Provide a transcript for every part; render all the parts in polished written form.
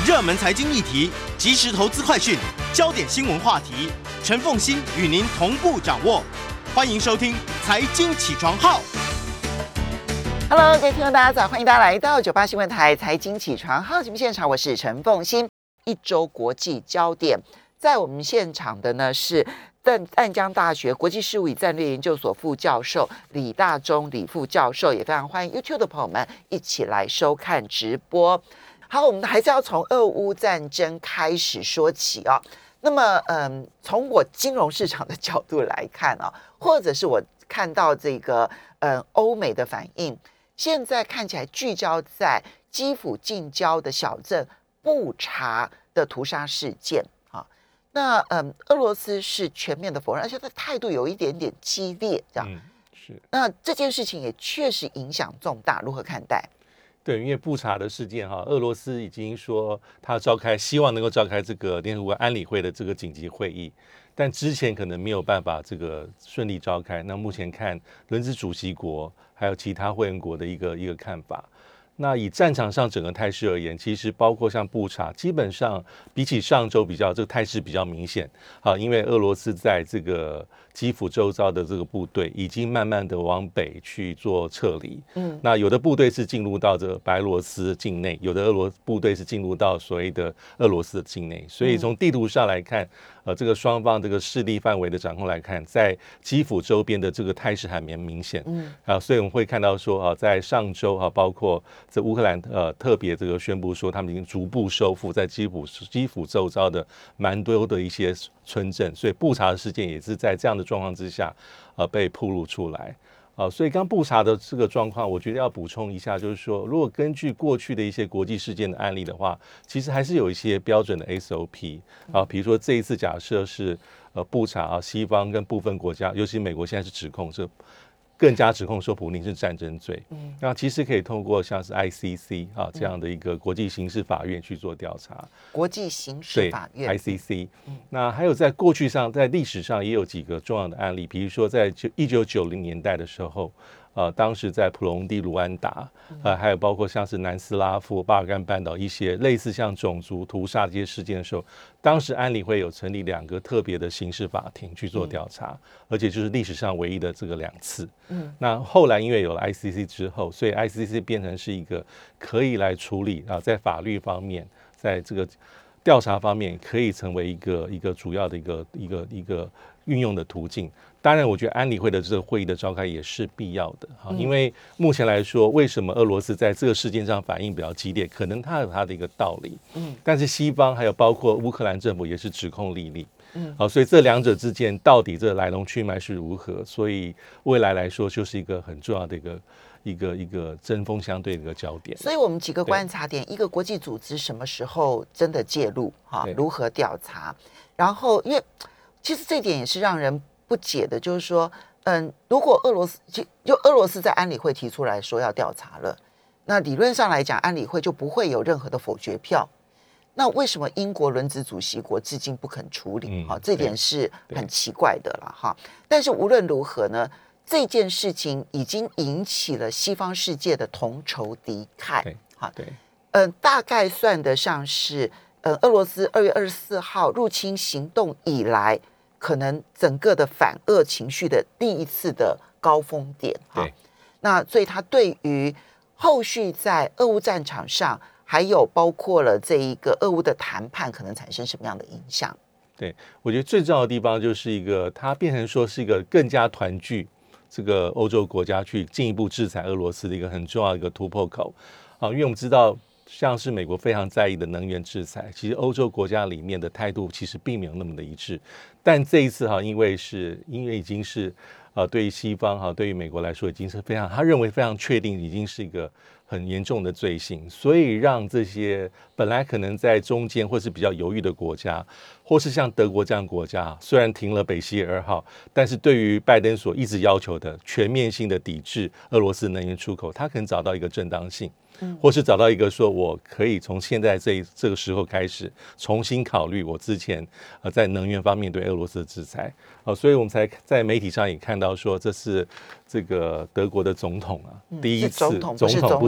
热门财经议题、即时投资快讯、焦点新闻话题，陈凤馨与您同步掌握。欢迎收听《财经起床号》。 Hello， 各位听众大家早，欢迎大家来到98新闻台财经起床号节目现场，我是陈凤馨。一周国际焦点，在我们现场的呢是淡江大学国际事务与战略研究所副教授李大中李副教授，也非常欢迎 YouTube 的朋友们一起来收看直播。好，我们还是要从俄乌战争开始说起哦。那么，从我金融市场的角度来看啊，或者是我看到这个欧美的反应，现在看起来聚焦在基辅近郊的小镇布查的屠杀事件啊。那俄罗斯是全面的否认，而且他态度有一点点激烈，这样。 是。 那这件事情也确实影响重大，如何看待？ 对，因为布查的事件哈，俄罗斯已经说他希望能够召开这个联合国安理会的这个紧急会议，但之前可能没有办法这个顺利召开。那目前看轮值主席国还有其他会员国的一个看法。那以战场上整个态势而言，其实包括像布查，基本上比起上周这个态势比较明显啊，因为俄罗斯在这个基辅周遭的这个部队已经慢慢的往北去做撤离。那有的部队是进入到这个白俄罗斯境内，有的部队是进入到所谓的俄罗斯的境内，所以从地图上来看，这个双方这个势力范围的掌控来看，在基辅周边的这个态势还蛮明显。所以我们会看到说在上周包括这乌克兰特别这个宣布说，他们已经逐步收复在基辅周遭的蛮多的一些村镇，所以布查的事件也是在这样的状况之下被暴露出来。所以刚布查的这个状况，我觉得要补充一下，就是说，如果根据过去的一些国际事件的案例的话，其实还是有一些标准的 SOP 比如说这一次假设是布查西方跟部分国家，尤其美国现在是指控这更加指控说普丁是战争罪。那其实可以透过像是 ICC 这样的一个国际刑事法院去做调查。 国际刑事法院 ICC。那还有在过去上，在历史上也有几个重要的案例，比如说在1990年代的时候，当时在普隆蒂、卢安达，还有包括像是南斯拉夫、巴尔干半岛一些类似像种族屠杀这些事件的时候，当时安理会有成立2个特别的刑事法庭去做调查，而且就是历史上唯一的这个2次。那后来因为有了 ICC 之后，所以 ICC 变成是一个可以来处理在法律方面，在这个调查方面可以成为一个主要的一个运用的途径。当然我觉得安理会的这个会议的召开也是必要的，因为目前来说，为什么俄罗斯在这个事件上反应比较激烈，可能它有它的一个道理。但是西方还有包括乌克兰政府也是指控莉莉。所以这2者之间到底这来龙去脉是如何，所以未来来说就是一个很重要的一个针锋相对的一个焦点。 所以我们几个观察点，一个国际组织什么时候真的介入如何调查，然后因为其实这点也是让人不解的，就是说如果俄罗斯在安理会提出来说要调查了，那理论上来讲安理会就不会有任何的否决票，那为什么英国轮值主席国至今不肯处理？这点是很奇怪的了哈。但是无论如何呢，这件事情已经引起了西方世界的同仇敌忾。大概算得上是俄罗斯2月24号入侵行动以来，可能整个的反俄情绪的第一次的高峰点。那所以它对于后续在俄乌战场上，还有包括了这一个俄乌的谈判，可能产生什么样的影响？ 对，我觉得最重要的地方就是它变成说是一个更加团聚这个欧洲国家去进一步制裁俄罗斯的一个很重要的一个突破口。因为我们知道像是美国非常在意的能源制裁，其实欧洲国家里面的态度其实并没有那么的一致。但这一次因为已经是对于西方对于美国来说已经是他认为非常确定已经是一个很严重的罪行，所以让这些本来可能在中间或是比较犹豫的国家，或是像德国这样的国家，虽然停了北溪2号，但是对于拜登所一直要求的全面性的抵制俄罗斯能源出口，他可能找到一个正当性。或是找到一个说我可以从现在这个时候开始重新考虑我之前在能源方面对俄罗斯的制裁。所以我们才在媒体上也看到说这是这个德国的总统第一次，总统不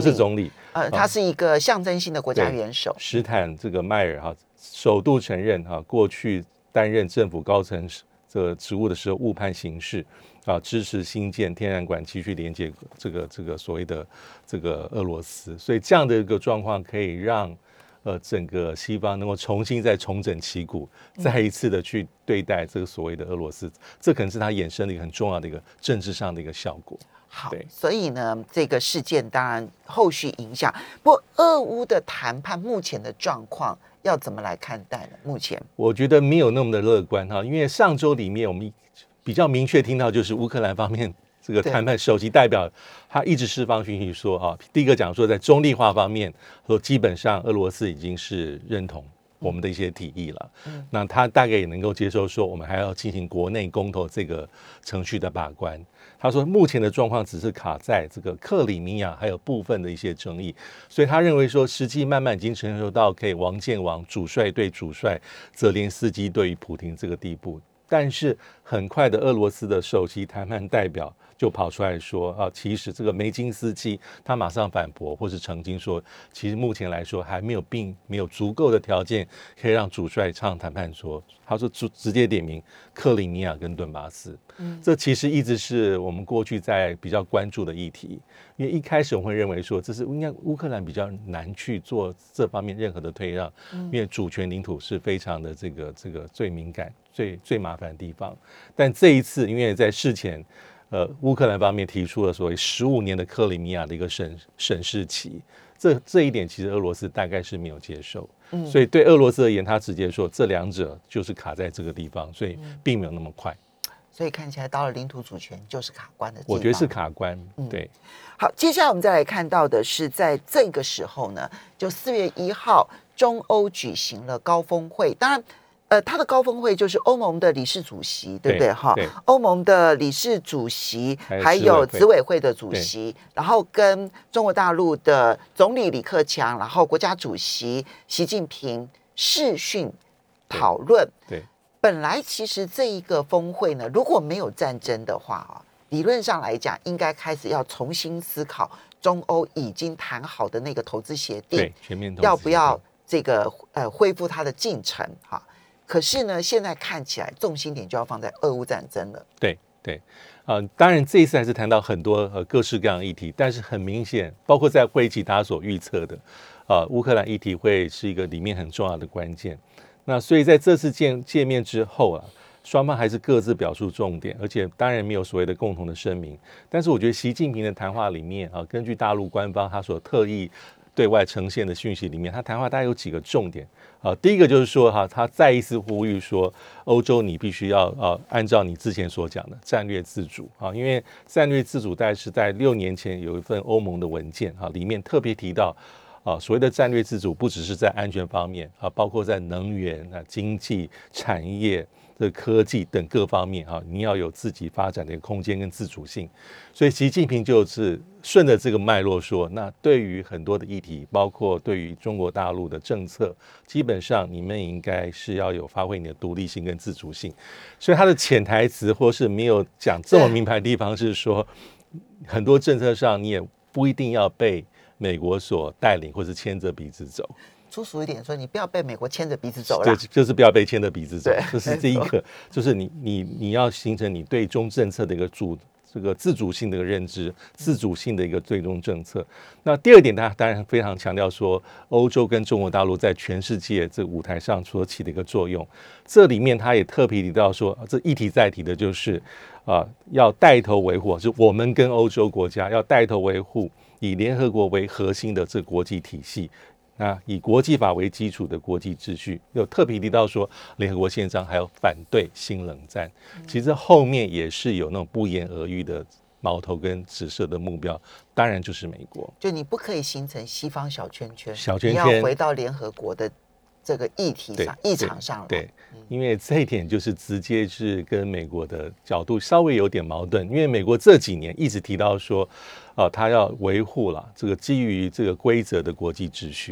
是总理， 他是一个象征性的国家元首。 史坦这个迈尔首度承认过去担任政府高层这个职务的时候误判形势支持新建天然管继续连接这个所谓的这个俄罗斯，所以这样的一个状况可以让整个西方能够重新再重整旗鼓，再一次的去对待这个所谓的俄罗斯，这可能是它衍生的一个很重要的一个政治上的一个效果。 好，所以呢，这个事件当然后续影响。不过，俄乌的谈判目前的状况要怎么来看待呢？目前我觉得没有那么的乐观因为上周里面我们比较明确听到就是乌克兰方面这个谈判首席代表他一直释放讯息说第一个讲说在中立化方面说基本上俄罗斯已经是认同我们的一些提议了，那他大概也能够接受说我们还要进行国内公投这个程序的把关。他说目前的状况只是卡在这个克里米亚还有部分的一些争议，所以他认为说时机慢慢已经成熟到可以王见王，主帅对主帅，泽连斯基对于普丁这个地步。但是很快的俄罗斯的首席谈判代表就跑出来说其实这个梅金斯基他马上反驳或是澄清说，其实目前来说还没有足够的条件可以让主帅上谈判桌。他说直接点名克里米亚跟顿巴斯，这其实一直是我们过去在比较关注的议题，因为一开始我们会认为说这是应该乌克兰比较难去做这方面任何的退让，因为主权领土是非常的这个最敏感最麻烦的地方。但这一次因为在事前乌克兰方面提出了所谓15年的克里米亚的一个审视期，这一点其实俄罗斯大概是没有接受，所以对俄罗斯而言他直接说这两者就是卡在这个地方，所以并没有那么快。 所以看起来到了领土主权就是卡关的地方， 我觉得是卡关。对。 好，接下来我们再来看到的是在这个时候呢，就4月1号中欧举行了高峰会，当然他的高峰会就是欧盟的理事主席，对不对？欧盟的理事主席，还有执委会的主席，然后跟中国大陆的总理李克强，然后国家主席习近平视讯讨论。 对， 本来其实这一个峰会呢，如果没有战争的话理论上来讲，应该开始要重新思考中欧已经谈好的那个投资协定， 对，全面投资协定要不要这个恢复它的进程可是呢，现在看起来重心点就要放在俄乌战争了。 对，当然这一次还是谈到很多各式各样的议题，但是很明显，包括在会议期大家所预测的乌克兰议题会是一个里面很重要的关键。那所以在这次见面之后双方还是各自表述重点，而且当然没有所谓的共同的声明。但是我觉得习近平的谈话里面根据大陆官方他所特意对外呈现的讯息里面，他谈话大概有几个重点第一个就是说他再一次呼吁说，欧洲你必须要按照你之前所讲的战略自主因为战略自主大概是在6年前有一份欧盟的文件里面特别提到所谓的战略自主不只是在安全方面包括在能源经济产业科技等各方面你要有自己发展的一个空间跟自主性。所以习近平就是顺着这个脉络说，那对于很多的议题，包括对于中国大陆的政策，基本上你们应该是要有发挥你的独立性跟自主性。所以他的潜台词或是没有讲这么明白的地方是说，很多政策上你也不一定要被美国所带领或是牵着鼻子走。 粗俗一点说，你不要被美国牵着鼻子走了， 就是不要被牵着鼻子走，这是第一个，就是你要形成你对中政策的一个这个自主性的一个认知，自主性的一个最终政策。那第二点，他当然非常强调说，欧洲跟中国大陆在全世界这个舞台上所起的一个作用。这里面他也特别提到说，这一提再提的就是要带头维护，就我们跟欧洲国家要带头维护以联合国为核心的这个国际体系。那以国际法为基础的国际秩序，有特别提到说联合国宪章还有反对新冷战，其实后面也是有那种不言而喻的矛头跟指涉的目标，当然就是美国。 就你不可以形成西方小圈圈， 你要回到联合国的这个议题上、议场上来。 对，因为这一点就是直接是跟美国的角度稍微有点矛盾，因为美国这几年一直提到说他要维护了这个基于这个规则的国际秩序，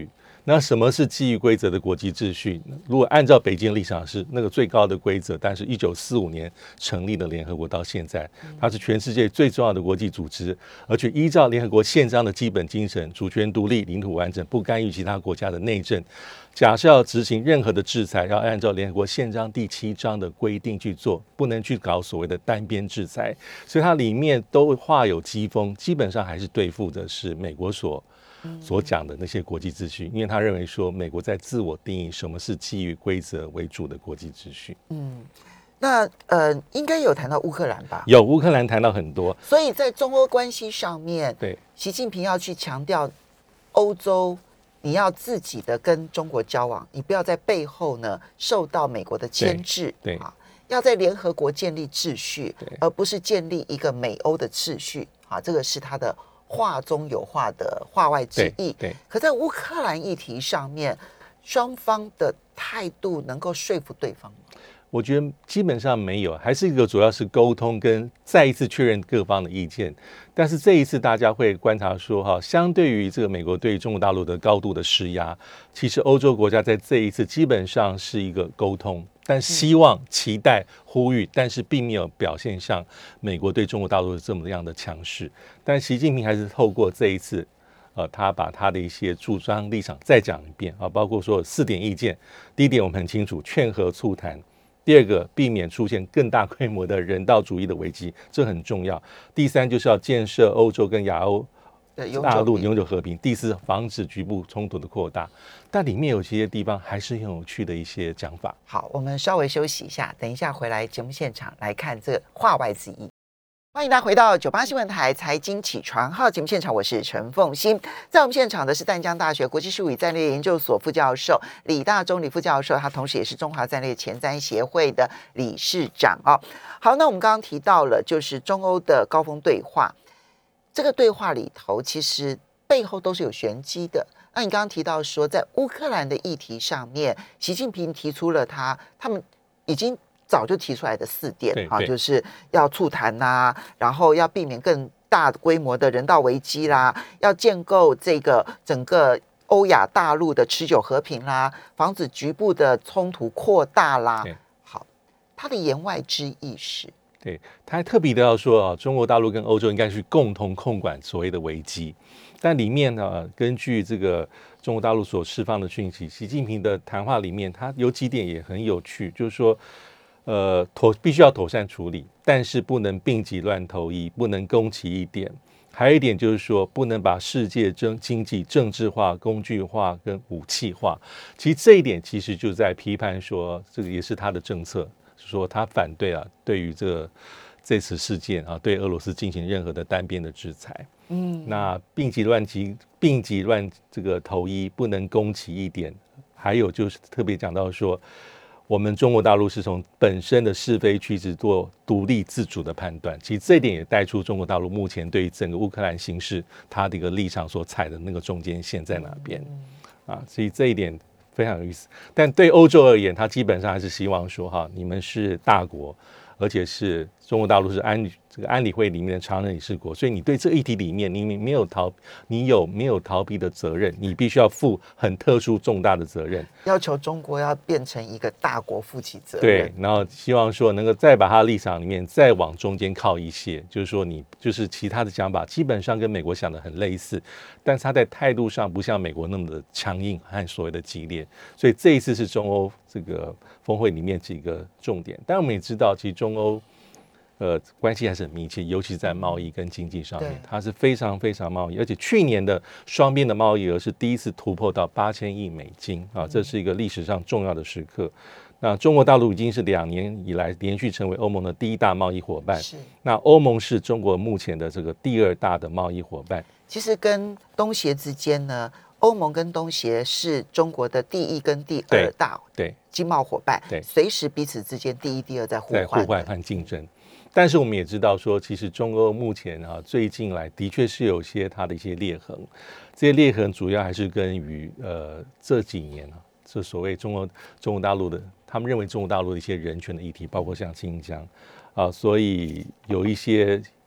那什么是基于规则的国际秩序？如果按照北京立场是那个最高的规则，但是1945年成立的联合国到现在，它是全世界最重要的国际组织，而且依照联合国宪章的基本精神，主权独立、领土完整，不干预其他国家的内政。假设要执行任何的制裁，要按照联合国宪章第7章的规定去做，不能去搞所谓的单边制裁。所以它里面都画有基风，基本上还是对付的是美国所讲的那些国际秩序，因为他认为说美国在自我定义什么是基于规则为主的国际秩序。 那应该有谈到乌克兰吧？ 有，乌克兰谈到很多， 所以在中欧关系上面， 对， 习近平要去强调欧洲。你要自己的跟中国交往，你不要在背后呢受到美国的牵制， 对啊，要在联合国建立秩序，而不是建立一个美欧的秩序，啊，这个是他的话中有话的话外之意。 对， 可在乌克兰议题上面，双方的态度能够说服对方吗？ 我觉得基本上没有，还是一个主要是沟通跟再一次确认各方的意见。但是这一次大家会观察说，哈，相对于这个美国对中国大陆的高度的施压，其实欧洲国家在这一次基本上是一个沟通，但希望、期待、呼吁，但是并没有表现像美国对中国大陆这么样的强势。但习近平还是透过这一次。他把他的一些主张立场再讲一遍啊，包括说4点意见。第一点我们很清楚，劝和促谈。第二个，避免出现更大规模的人道主义的危机，这很重要。第三，就是要建设欧洲跟亚欧大陆永久和平。第四，防止局部冲突的扩大。但里面有些地方还是很有趣的一些讲法。 好，我们稍微休息一下，等一下回来节目现场来看这个话外之意。欢迎大家回到98新闻台财经起床号节目现场，我是陈凤馨。在我们现场的是淡江大学国际事务与战略研究所副教授李大中李副教授，他同时也是中华战略前瞻协会的理事长哦。好，那我们刚刚提到了就是中欧的高峰对话，这个对话里头其实背后都是有玄机的。那你刚刚提到说，在乌克兰的议题上面，习近平提出了他们已经早就提出来的4点啊，就是要促谈啦，然后要避免更大规模的人道危机啦，要建构这个整个欧亚大陆的持久和平啦，防止局部的冲突扩大啦。好，他的言外之意是， 对，他还特别的要说啊，中国大陆跟欧洲应该去共同控管所谓的危机。但里面呢，根据这个中国大陆所释放的讯息，习近平的谈话里面，他有几点也很有趣，就是说。必须要妥善处理，但是不能病急乱投医，不能攻其一点。还有一点就是说，不能把世界经济政治化、工具化跟武器化。其实这一点其实就在批判说，这个也是他的政策，说他反对啊，对于这次事件啊，对俄罗斯进行任何的单边的制裁。那病急乱这个投医，不能攻其一点。还有就是特别讲到说。我们中国大陆是从本身的是非曲直做独立自主的判断，其实这一点也带出中国大陆目前对于整个乌克兰形势它的一个立场所踩的那个中间线在哪边啊，所以这一点非常有意思。但对欧洲而言，他基本上还是希望说哈，你们是大国，而且是中国大陆是安理会里面的常任理事国，所以你对这议题里面你有没有逃避的责任？你必须要负很特殊重大的责任， 要求中国要变成一个大国负起责任。 对，然后希望说能够再把他的立场里面再往中间靠一些，就是说你就是其他的讲法基本上跟美国想的很类似，但是他在态度上不像美国那么的强硬和所谓的激烈，所以这一次是中欧这个峰会里面几个重点。但我们也知道，其实中欧关系还是很密切，尤其在贸易跟经济上面，它是非常非常贸易，而且去年的双边的贸易额是第一次突破到8000亿美金啊，这是一个历史上重要的时刻。那中国大陆已经是2年以来连续成为欧盟的第1大贸易伙伴，那欧盟是中国目前的这个第2大的贸易伙伴。 其实跟东协之间呢，欧盟跟东协是中国的第1跟第2大经贸伙伴，随时彼此之间第1、第2在互换和竞争。但是我们也知道说，其实中欧目前最近来的确是有些它的一些裂痕，这些裂痕主要还是跟于这几年这所谓中国大陆的，他们认为中国大陆的一些人权的议题，包括像新疆所以有一些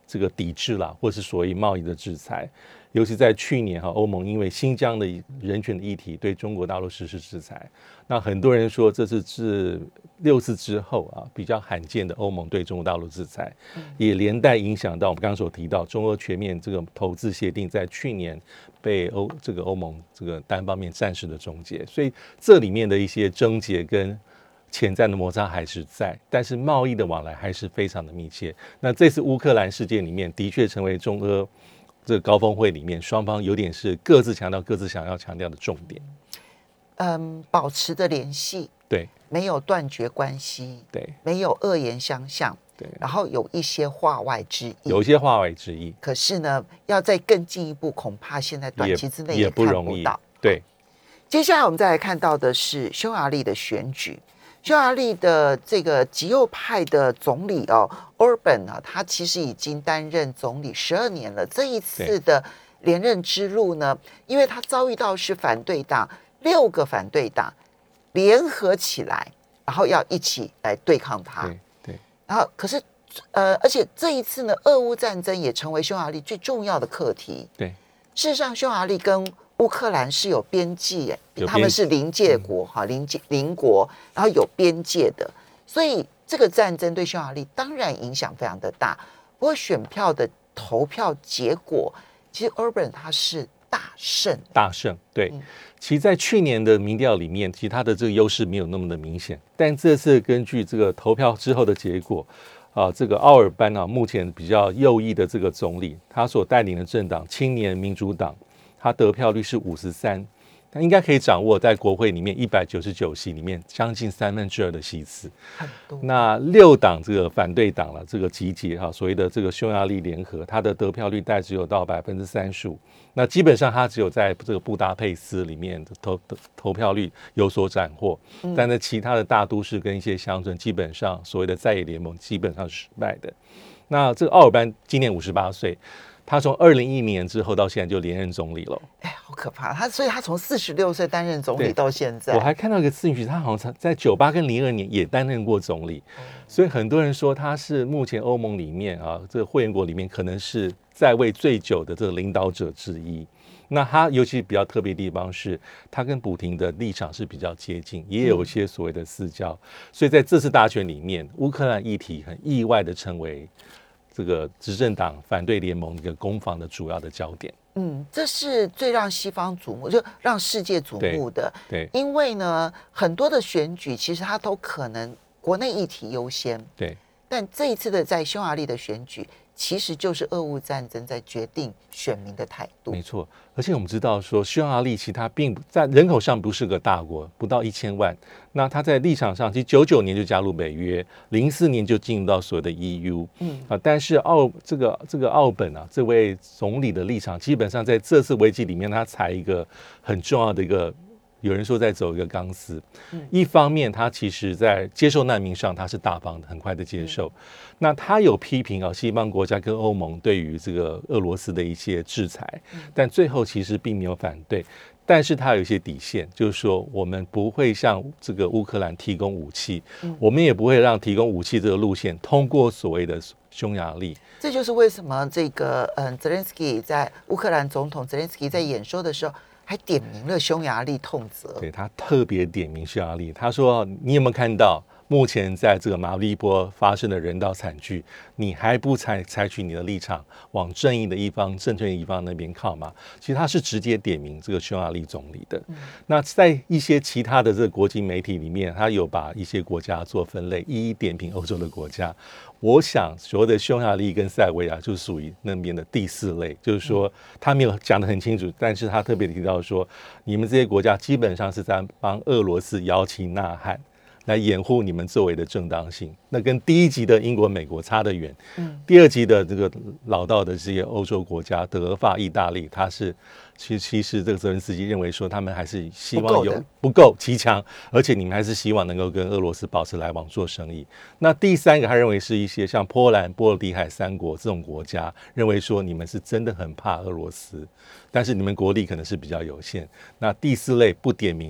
这个抵制啦，或是所谓贸易的制裁。尤其在去年欧盟因为新疆的人权的议题对中国大陆实施制裁，那很多人说这是自6次之后比较罕见的欧盟对中国大陆制裁，也连带影响到我们刚刚所提到中俄全面这个投资协定在去年被欧盟这个单方面暂时的终结，所以这里面的一些症结跟潜在的摩擦还是在，但是贸易的往来还是非常的密切。那这次乌克兰事件里面的确成为中俄这个高峰会里面双方有点是各自强调各自想要强调的重点。 保持的联系， 对， 没有断绝关系， 对， 没有恶言相向， 对， 然后有一些话外之意， 有一些话外之意。 可是呢，要再更进一步，恐怕现在短期之内也不看容易。 到。 对， 接下来我们再来看到的是匈牙利的选举。匈牙利的这个极右派的总理Orban 他其实已经担任总理12年了。这一次的连任之路呢，因为他遭遇到是反对党6个反对党联合起来，然后要一起来对抗他。 对。 然后可是而且这一次呢，俄乌战争也成为匈牙利最重要的课题。 对， 事实上，匈牙利跟乌克兰是有边界，他们是邻界国邻国，然后有边界的，所以这个战争对匈牙利当然影响非常的大。不过选票的投票结果，其实 Orban 他是大胜， 对。其实在去年的民调里面，其实他的这个优势没有那么的明显，但这次根据这个投票之后的结果这个奥尔班目前比较右翼的这个总理，他所带领的政党青年民主党，他得票率是53%，他应该可以掌握在国会里面199席里面将近2/3的席次。那6党这个反对党这个集结所谓的这个匈牙利联合，他的得票率大概只有到35%。那基本上他只有在这个布达佩斯里面的投票率有所斩获，但在其他的大都市跟一些乡村，基本上所谓的在野联盟基本上是失败的。那这个奥尔班今年58岁。他从2010年之后到现在就连任总理了， 好可怕！所以他从46岁担任总理到现在。 我还看到一个资讯，他好像在98跟02年也担任过总理，所以很多人说他是目前欧盟里面这个会员国里面可能是在位最久的这个领导者之一。那他尤其比较特别的地方是，他跟普亭的立场是比较接近，也有一些所谓的私交，所以在这次大选里面，乌克兰议题很意外的成为这个执政党反对联盟一个攻防的主要的焦点。 这是最让西方瞩目，就让世界瞩目的。 对， 因为呢，很多的选举其实它都可能国内议题优先。 对， 但这一次的在匈牙利的选举，其实就是俄乌战争在决定选民的态度。 没错，而且我们知道说，匈牙利其实它并不在人口上不是个大国，不到1000万。那它在立场上，其实99年就加入北约，04年就进入到所谓的 EU。但是这个奥本这位总理的立场，基本上在这次危机里面，他采一个很重要的一个。有人说在走一个钢丝，一方面他其实在接受难民上他是大方的，很快的接受。那他有批评西方国家跟欧盟对于这个俄罗斯的一些制裁，但最后其实并没有反对。但是他有一些底线，就是说我们不会向这个乌克兰提供武器，我们也不会让提供武器这个路线通过所谓的匈牙利。 这就是为什么这个Zelensky 在乌克兰总统 Zelensky 在演说的时候。还点名了匈牙利痛责， 对，他特别点名匈牙利，他说：“你有没有看到目前在这个马利波发生的人道惨剧？你还不采取你的立场，往正义的一方、正确的一方那边靠吗？”其实他是直接点名这个匈牙利总理的。那在一些其他的这个国际媒体里面，他有把一些国家做分类，一一点评欧洲的国家。我想所谓的匈牙利跟塞尔维亚就属于那边的第4类，就是说他没有讲得很清楚，但是他特别提到说，你们这些国家基本上是在帮俄罗斯摇旗呐喊，来掩护你们作为的正当性。那跟第一级的英国、美国差得远。第2级的这个老道的这些欧洲国家，德法、意大利，他是其实这个泽连斯基认为说，他们还是希望有不够齐强，而且你们还是希望能够跟俄罗斯保持来往做生意。那第3个，他认为是一些像波兰、波罗的海3国这种国家，认为说你们是真的很怕俄罗斯，但是你们国力可能是比较有限。那第4类不点名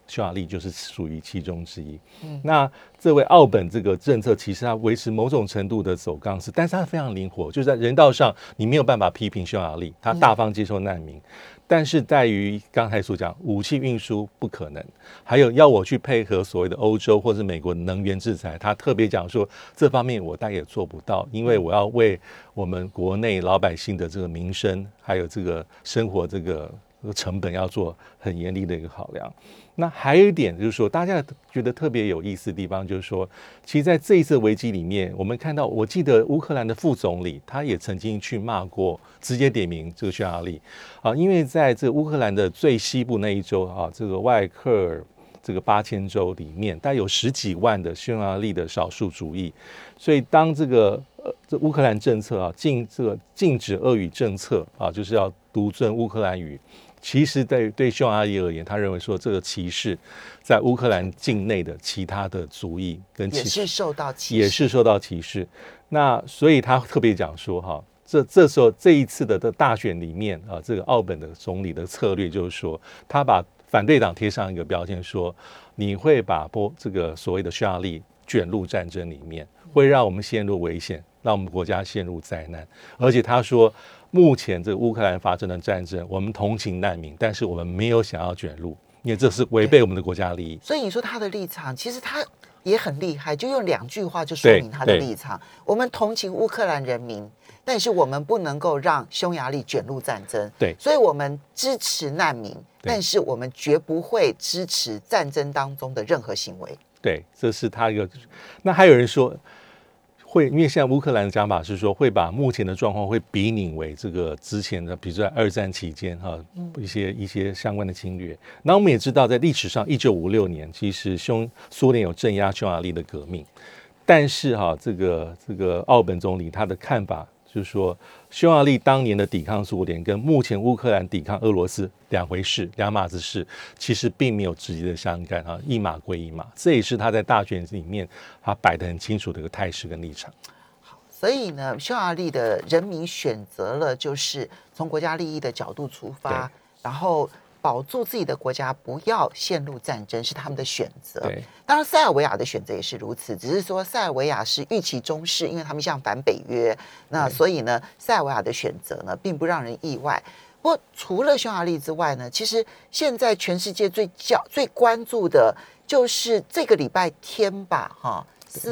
匈牙利就是属于其中之一。那这位奥本这个政策其实它维持某种程度的走钢丝，但是它非常灵活，就是在人道上你没有办法批评匈牙利，它大方接受难民。但是在于刚才所讲武器运输不可能，还有要我去配合所谓的欧洲或是美国的能源制裁，他特别讲说这方面我大概也做不到，因为我要为我们国内老百姓的这个民生还有这个生活这个成本要做很严厉的一个考量。那还有一点就是说，大家觉得特别有意思的地方，就是说，其实在这一次危机里面，我们看到，我记得乌克兰的副总理他也曾经去骂过，直接点名这个匈牙利啊，因为在这个乌克兰的最西部那一州啊，这个外克尔这个8000州里面，大概有10几万的匈牙利的少数族裔，所以当这乌克兰政策啊，禁止俄语政策啊，就是要独尊乌克兰语。其实对匈牙利而言，他认为说这个歧视在乌克兰境内的其他的族裔跟也是受到歧视。那所以他特别讲说哈，这时候这一次的大选里面啊，这个奥本的总理的策略就是说，他把反对党贴上一个标签，说你会把这个所谓的匈牙利卷入战争里面，会让我们陷入危险，让我们国家陷入灾难。而且他说，目前这个乌克兰发生的战争，我们同情难民，但是我们没有想要卷入，因为这是违背我们的国家利益。 所以你说他的立场，其实他也很厉害，就用2句话就说明他的立场。我们同情乌克兰人民，但是我们不能够让匈牙利卷入战争。 对， 所以我们支持难民，但是我们绝不会支持战争当中的任何行为。 对，这是他一个。那还有人说，因为现在乌克兰的讲法是说，会把目前的状况会比拟为这个之前的，比如说在2战期间一些相关的侵略。那我们也知道，在历史上1956年，其实苏联有镇压匈牙利的革命，但是这个奥本总理他的看法就是说，匈牙利当年的抵抗苏联跟目前乌克兰抵抗俄罗斯两回事，两码子事，其实并没有直接的相干一码归一码。这也是他在大选里面他摆得很清楚的一个态势跟立场。 所以呢，匈牙利的人民选择了就是从国家利益的角度出发，然后保住自己的国家不要陷入战争，是他们的选择。当然塞尔维亚的选择也是如此，只是说塞尔维亚是预期中事，因为他们像反北约，那所以呢塞尔维亚的选择呢并不让人意外。不过除了匈牙利之外呢，其实现在全世界最关注的就是这个礼拜天吧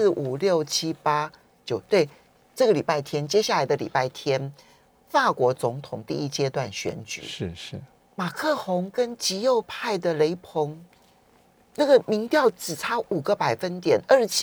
，4、5、6、7、8、9，对，这个礼拜天，接下来的礼拜天，法国总统第1阶段选举是马克宏跟极右派的雷朋，那个民调只差5个百分点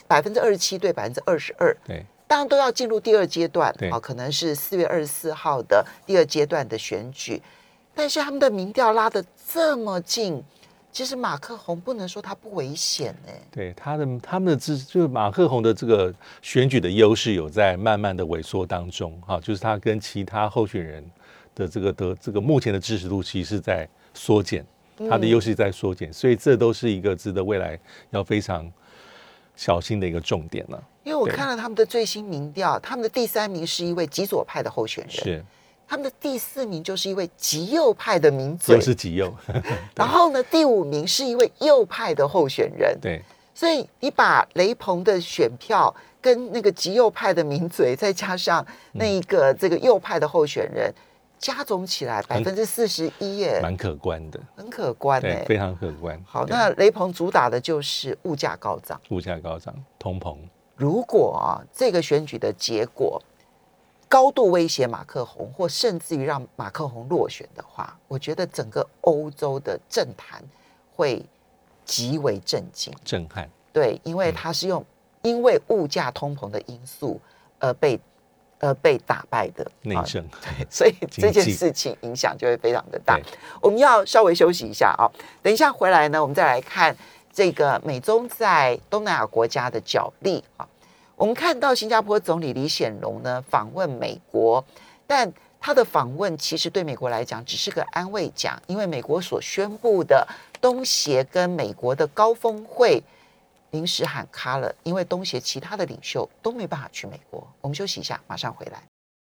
，27%对22%， 对， 当然都要进入第2阶段，可能是4月24号的第2阶段的选举，但是他们的民调拉得这么近，其实马克宏不能说他不危险对，他们的就是马克宏的这个选举的优势有在慢慢的萎缩当中就是他跟其他候选人的这个目前的支持度其实是在缩减，它的优势在缩减，所以这都是一个值得未来要非常小心的一个重点了。 因为我看了他们的最新民调，他们的第3名是一位极左派的候选人， 是他们的第4名就是一位极右派的名嘴， 又是极右然后呢，第5名是一位右派的候选人。 对， 所以你把雷朋的选票跟那个极右派的名嘴，再加上那个这个右派的候选人，加总起来41%耶， 蛮可观的， 很可观对，非常可观。 好，那雷朋主打的就是物价高涨， 通膨。 如果这个选举的结果高度威胁马克宏，或甚至于让马克宏落选的话，我觉得整个欧洲的政坛会极为震撼。对，因为他是因为物价通膨的因素而被打败的内政， 对，所以这件事情影响就会非常的大。我们要稍微休息一下等一下回来呢，我们再来看这个美中在东南亚国家的角力我们看到新加坡总理李显龙呢访问美国，但他的访问其实对美国来讲只是个安慰奖，因为美国所宣布的东协跟美国的高峰会临时喊卡了，因为东协其他的领袖都没办法去美国。我们休息一下，马上回来。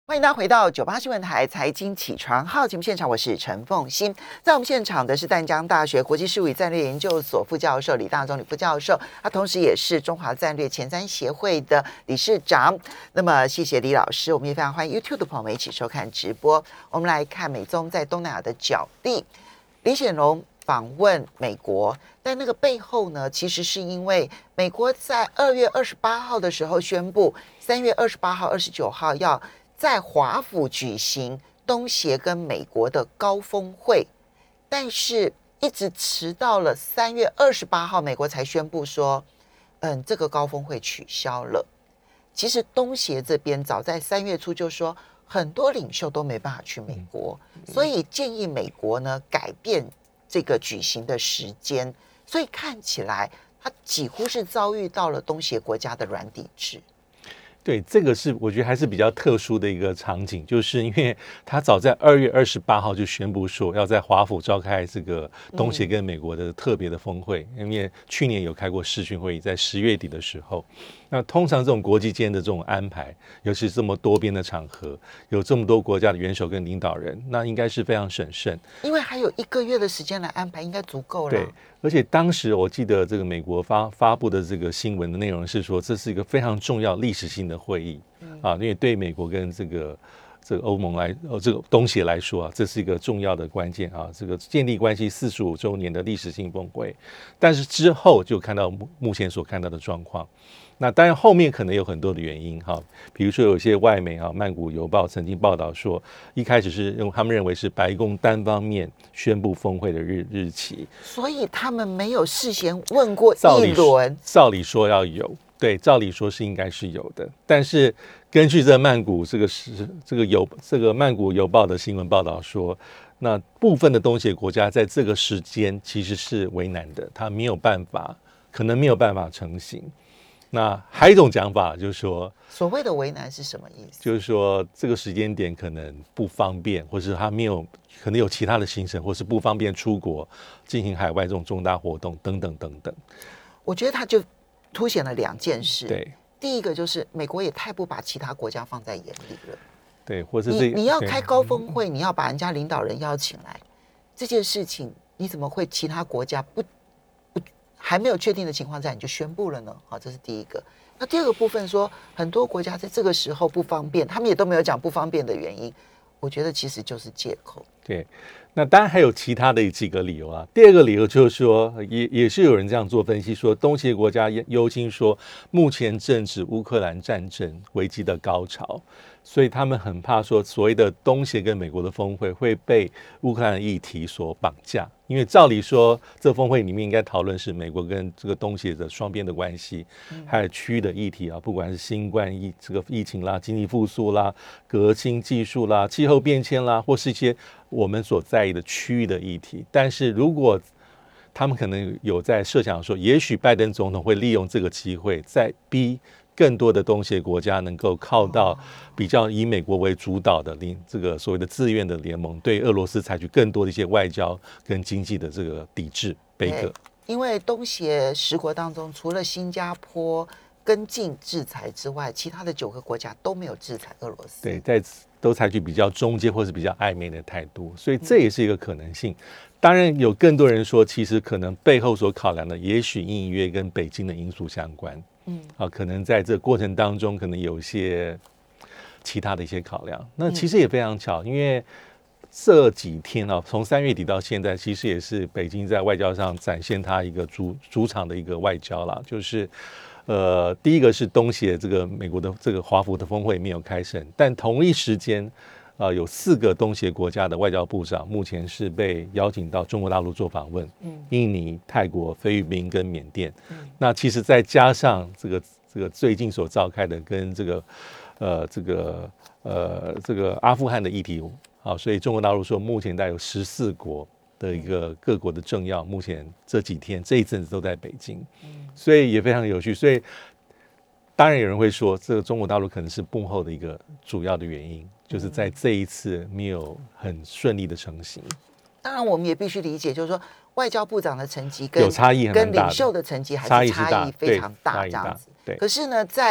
欢迎大家回到98新闻台财经起床号节目现场，我是陈凤馨。在我们现场的是淡江大学国际事务与战略研究所副教授李大中李副教授，他同时也是中华战略前瞻协会的理事长。那么谢谢李老师，我们也非常欢迎 YouTube 的朋友们一起收看直播。我们来看美中在东南亚的角力，李显龙访问美国，但那个背后呢，其实是因为美国在2月28号的时候宣布，3月28号、29号要在华府举行东协跟美国的高峰会，但是一直迟到了3月28号，美国才宣布说，这个高峰会取消了。其实东协这边早在3月初就说，很多领袖都没办法去美国，所以建议美国呢改变这个举行的时间。所以看起来，它几乎是遭遇到了东协国家的软抵制。 对，这个是我觉得还是比较特殊的一个场景，就是因为他早在2月28号就宣布说要在华府召开这个东协跟美国的特别的峰会，因为去年有开过视讯会议，在10月底的时候。那通常这种国际间的这种安排，尤其是这么多边的场合，有这么多国家的元首跟领导人，那应该是非常审慎， 因为还有1个月的时间来安排，应该足够了。 对，而且当时我记得这个美国发布的这个新闻的内容是说，这是一个非常重要历史性的会议啊，因为对美国跟这个欧盟这个东协来说啊，这是一个重要的关键啊，这个建立关系45周年的历史性峰会。但是之后就看到目前所看到的状况。那当然后面可能有很多的原因哈，比如说有些外媒啊，《曼谷邮报》曾经报道说，一开始是他们认为是白宫单方面宣布峰会的日期， 所以他们没有事先问过一轮。 照理说要有，对，照理说是应该是有的，但是根据这曼谷这个曼谷邮报的新闻报道说，那部分的东协国家在这个时间其实是为难的，他可能没有办法成行。那还有一种讲法就是说， 所谓的为难是什么意思？ 就是说这个时间点可能不方便，或是他可能有其他的行程，或是不方便出国进行海外这种重大活动等等等等。 我觉得他就凸显了2件事。 对， 第一个就是美国也太不把其他国家放在眼里了。 对，或是你要开高峰会，你要把人家领导人邀请来，这件事情你怎么会其他国家还没有确定的情况下你就宣布了呢？好，这是第一个。那第二个部分说，很多国家在这个时候不方便，他们也都没有讲不方便的原因，我觉得其实就是借口。 对，那当然还有其他的几个理由啊。第二个理由就是说，也是有人这样做分析说，东协国家忧心说，目前正值乌克兰战争危机的高潮，所以他们很怕说，所谓的东协跟美国的峰会会被乌克兰的议题所绑架。因为照理说，这峰会里面应该讨论是美国跟这个东协的双边的关系，还有区域的议题啊，不管是新冠这个疫情啦、经济复苏啦、革新技术啦、气候变迁啦，或是一些我们所在意的区域的议题。但是如果他们可能有在设想说，也许拜登总统会利用这个机会，再逼更多的东协国家能够靠到比较以美国为主导的这个所谓的自愿的联盟，对俄罗斯采取更多的一些外交跟经济的这个抵制杯葛。 因为东协10国当中，除了新加坡跟进制裁之外，其他的9个国家都没有制裁俄罗斯。 对，都采取比较中间或是比较暧昧的态度，所以这也是一个可能性。当然有更多人说，其实可能背后所考量的，也许隐约跟北京的因素相关。可能在这个过程当中，可能有一些其他的一些考量。那其实也非常巧，因为这几天啊，从3月底到现在，其实也是北京在外交上展现它一个主场的一个外交啦，就是第一个是东协这个美国的这个华府的峰会没有开审，但同一时间有4个东协国家的外交部长目前是被邀请到中国大陆做访问，印尼、泰国、菲律宾跟缅甸。那其实再加上这个最近所召开的跟这个阿富汗的议题，所以中国大陆说目前大概有14国的一个各国的政要，目前这几天这一阵子都在北京，所以也非常有趣。所以当然有人会说，这个中国大陆可能是幕后的一个主要的原因，就是在这一次没有很顺利的成型。 当然，我们也必须理解，就是说外交部长的成绩跟有差异很大的， 跟领袖的成绩还是差异非常大，这样子。 对。 可是呢，在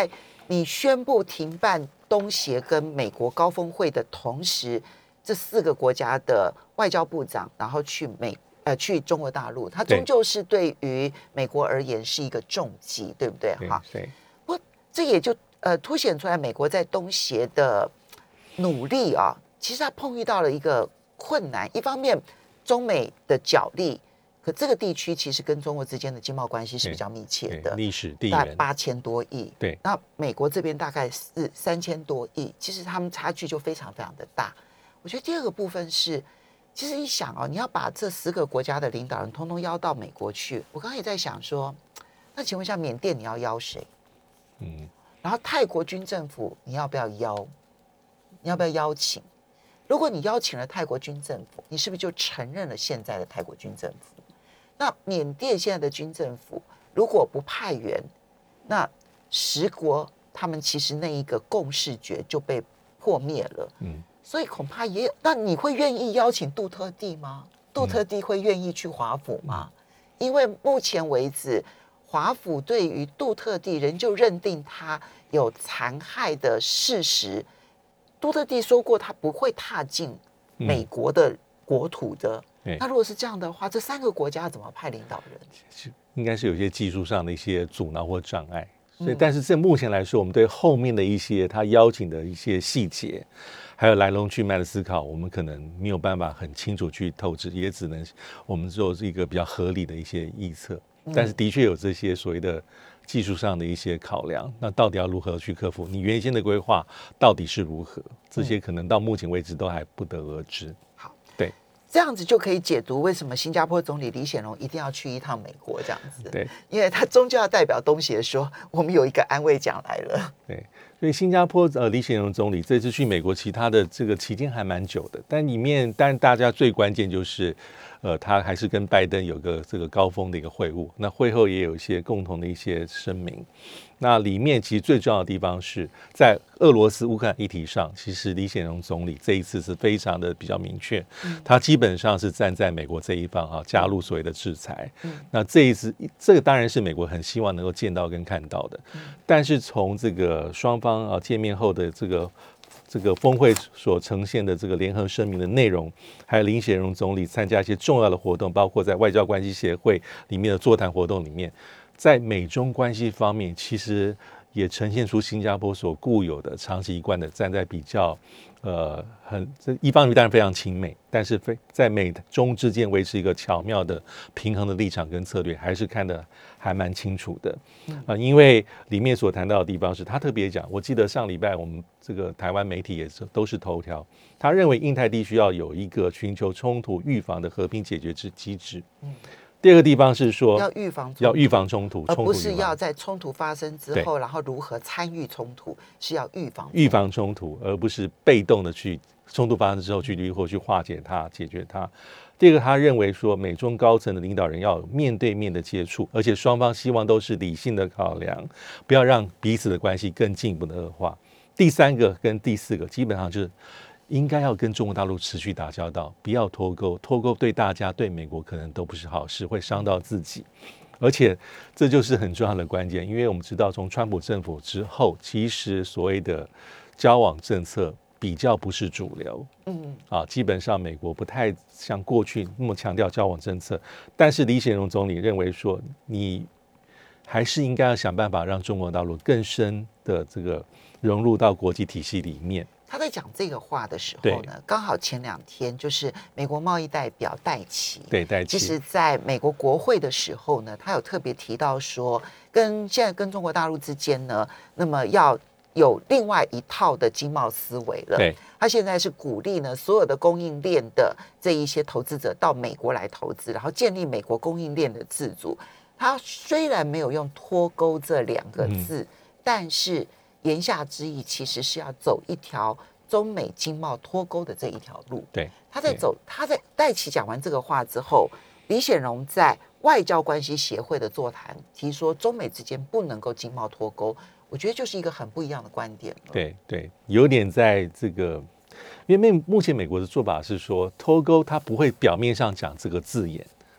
你宣布停办东协跟美国高峰会的同时，这4个国家的外交部长，然后去中国大陆，它终究是对于美国而言是一个重击，对不对？哈，不过这也就凸显出来美国在东协的努力啊，其实它碰遇到了一个困难。一方面，中美的角力，可这个地区其实跟中国之间的经贸关系是比较密切的， 历史地缘大概8000多亿， 对， 那美国这边大概是3000多亿，其实他们差距就非常非常的大。我觉得第二个部分是，其实一想哦，你要把这10个国家的领导人通通邀到美国去，我刚刚也在想说，那请问一下，缅甸你要邀谁？然后泰国军政府你要不要邀？你要不要邀请？如果你邀请了泰国军政府，你是不是就承认了现在的泰国军政府？那缅甸现在的军政府如果不派员，那10国他们其实那一个共识决就被破灭了。所以恐怕也，那你会愿意邀请杜特地吗？杜特地会愿意去华府吗？因为目前为止，华府对于杜特地仍旧认定他有残害的事实。杜特地说过，他不会踏进美国的国土的。那如果是这样的话，这3个国家怎么派领导人？ 应该是有些技术上的一些阻挠或障碍。所以，但是在目前来说，我们对后面的一些他邀请的一些细节，还有来龙去脉的思考，我们可能没有办法很清楚去透支，也只能我们做一个比较合理的一些臆测。但是的确有这些所谓的技术上的一些考量，那到底要如何去克服？你原先的规划到底是如何？这些可能到目前为止都还不得而知。 好， 对。 这样子就可以解读为什么新加坡总理李显龙一定要去一趟美国这样子。 对， 因为他终究要代表东协说，我们有一个安慰奖来了。 对，所以新加坡李显龙总理这次去美国，其他的这个期间还蛮久的，但大家最关键就是他还是跟拜登有个这个高峰的一个会晤，那会后也有一些共同的一些声明。那里面其实最重要的地方是在俄罗斯乌克兰议题上，其实李显龙总理这一次是非常的比较明确，他基本上是站在美国这一方加入所谓的制裁。那这一次这个当然是美国很希望能够见到跟看到的，但是从这个双方见面后的这个峰会所呈现的这个联合声明的内容，还有李显龙总理参加一些重要的活动，包括在外交关系协会里面的座谈活动里面，在美中关系方面，其实也呈现出新加坡所固有的长期一贯的站在比较这一方面当然非常亲美，但是在美中之间维持一个巧妙的平衡的立场跟策略，还是看得还蛮清楚的。因为里面所谈到的地方是他特别讲，我记得上礼拜我们这个台湾媒体也都是头条，他认为印太地区要有一个寻求冲突预防的和平解决机制。第二个地方是说要预防冲突，而不是要在冲突发生之后，然后如何参与冲突，是要预防冲突，而不是被动的去冲突发生之后去或去化解它、解决它。第二个，他认为说美中高层的领导人要有面对面的接触，而且双方希望都是理性的考量，不要让彼此的关系更进一步的恶化。第三个跟第四个基本上就是应该要跟中国大陆持续打交道，不要脱钩。脱钩对大家、对美国可能都不是好事，会伤到自己。而且这就是很重要的关键，因为我们知道从川普政府之后，其实所谓的交往政策比较不是主流。基本上美国不太像过去那么强调交往政策。但是李显龙总理认为说，你还是应该要想办法让中国大陆更深的这个融入到国际体系里面。 他在讲这个话的时候呢，刚好前2天就是美国贸易代表戴琪，其实在美国国会的时候呢，他有特别提到说，现在跟中国大陆之间呢，那么要有另外一套的经贸思维了。他现在是鼓励呢所有的供应链的这一些投资者到美国来投资，然后建立美国供应链的自主。他虽然没有用脱钩这2个字，但是言下之意其实是要走一条中美经贸脱钩的这一条路。他在戴琪讲完这个话之后，李显龙在外交关系协会的座谈提说中美之间不能够经贸脱钩，我觉得就是一个很不一样的观点了。 对，有点在这个，因为目前美国的做法是说脱钩，它不会表面上讲这个字眼，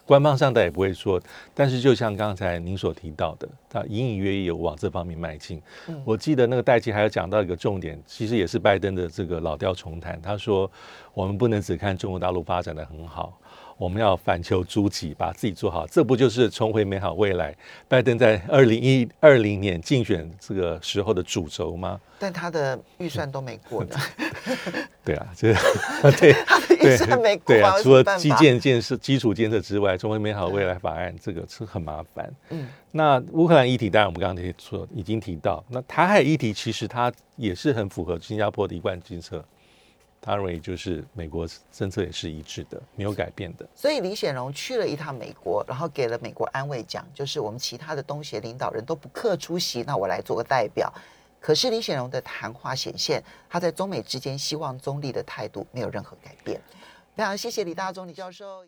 官方上他也不会说，但是就像刚才您所提到的，他隐隐约约有往这方面迈进。我记得那个戴琪还有讲到一个重点，其实也是拜登的这个老调重弹。他说，我们不能只看中国大陆发展的很好，我们要反求诸己，把自己做好。这不就是重回美好未来？拜登在2020年竞选这个时候的主轴吗？ 但他的预算都没过呢。 对啊，这对他的预算没过， 对啊，除了基建建设、基础建设之外，重回美好未来法案这个是很麻烦。那乌克兰议题当然我们刚刚说已经提到，那台海议题其实它也是很符合新加坡的一贯政策。他认为就是美国政策也是一致的，没有改变的。 所以李显龙去了一趟美国，然后给了美国安慰奖，就是我们其他的东协领导人都不克出席，那我来做个代表。可是李显龙的谈话显现，他在中美之间希望中立的态度没有任何改变。非常谢谢李大中李教授。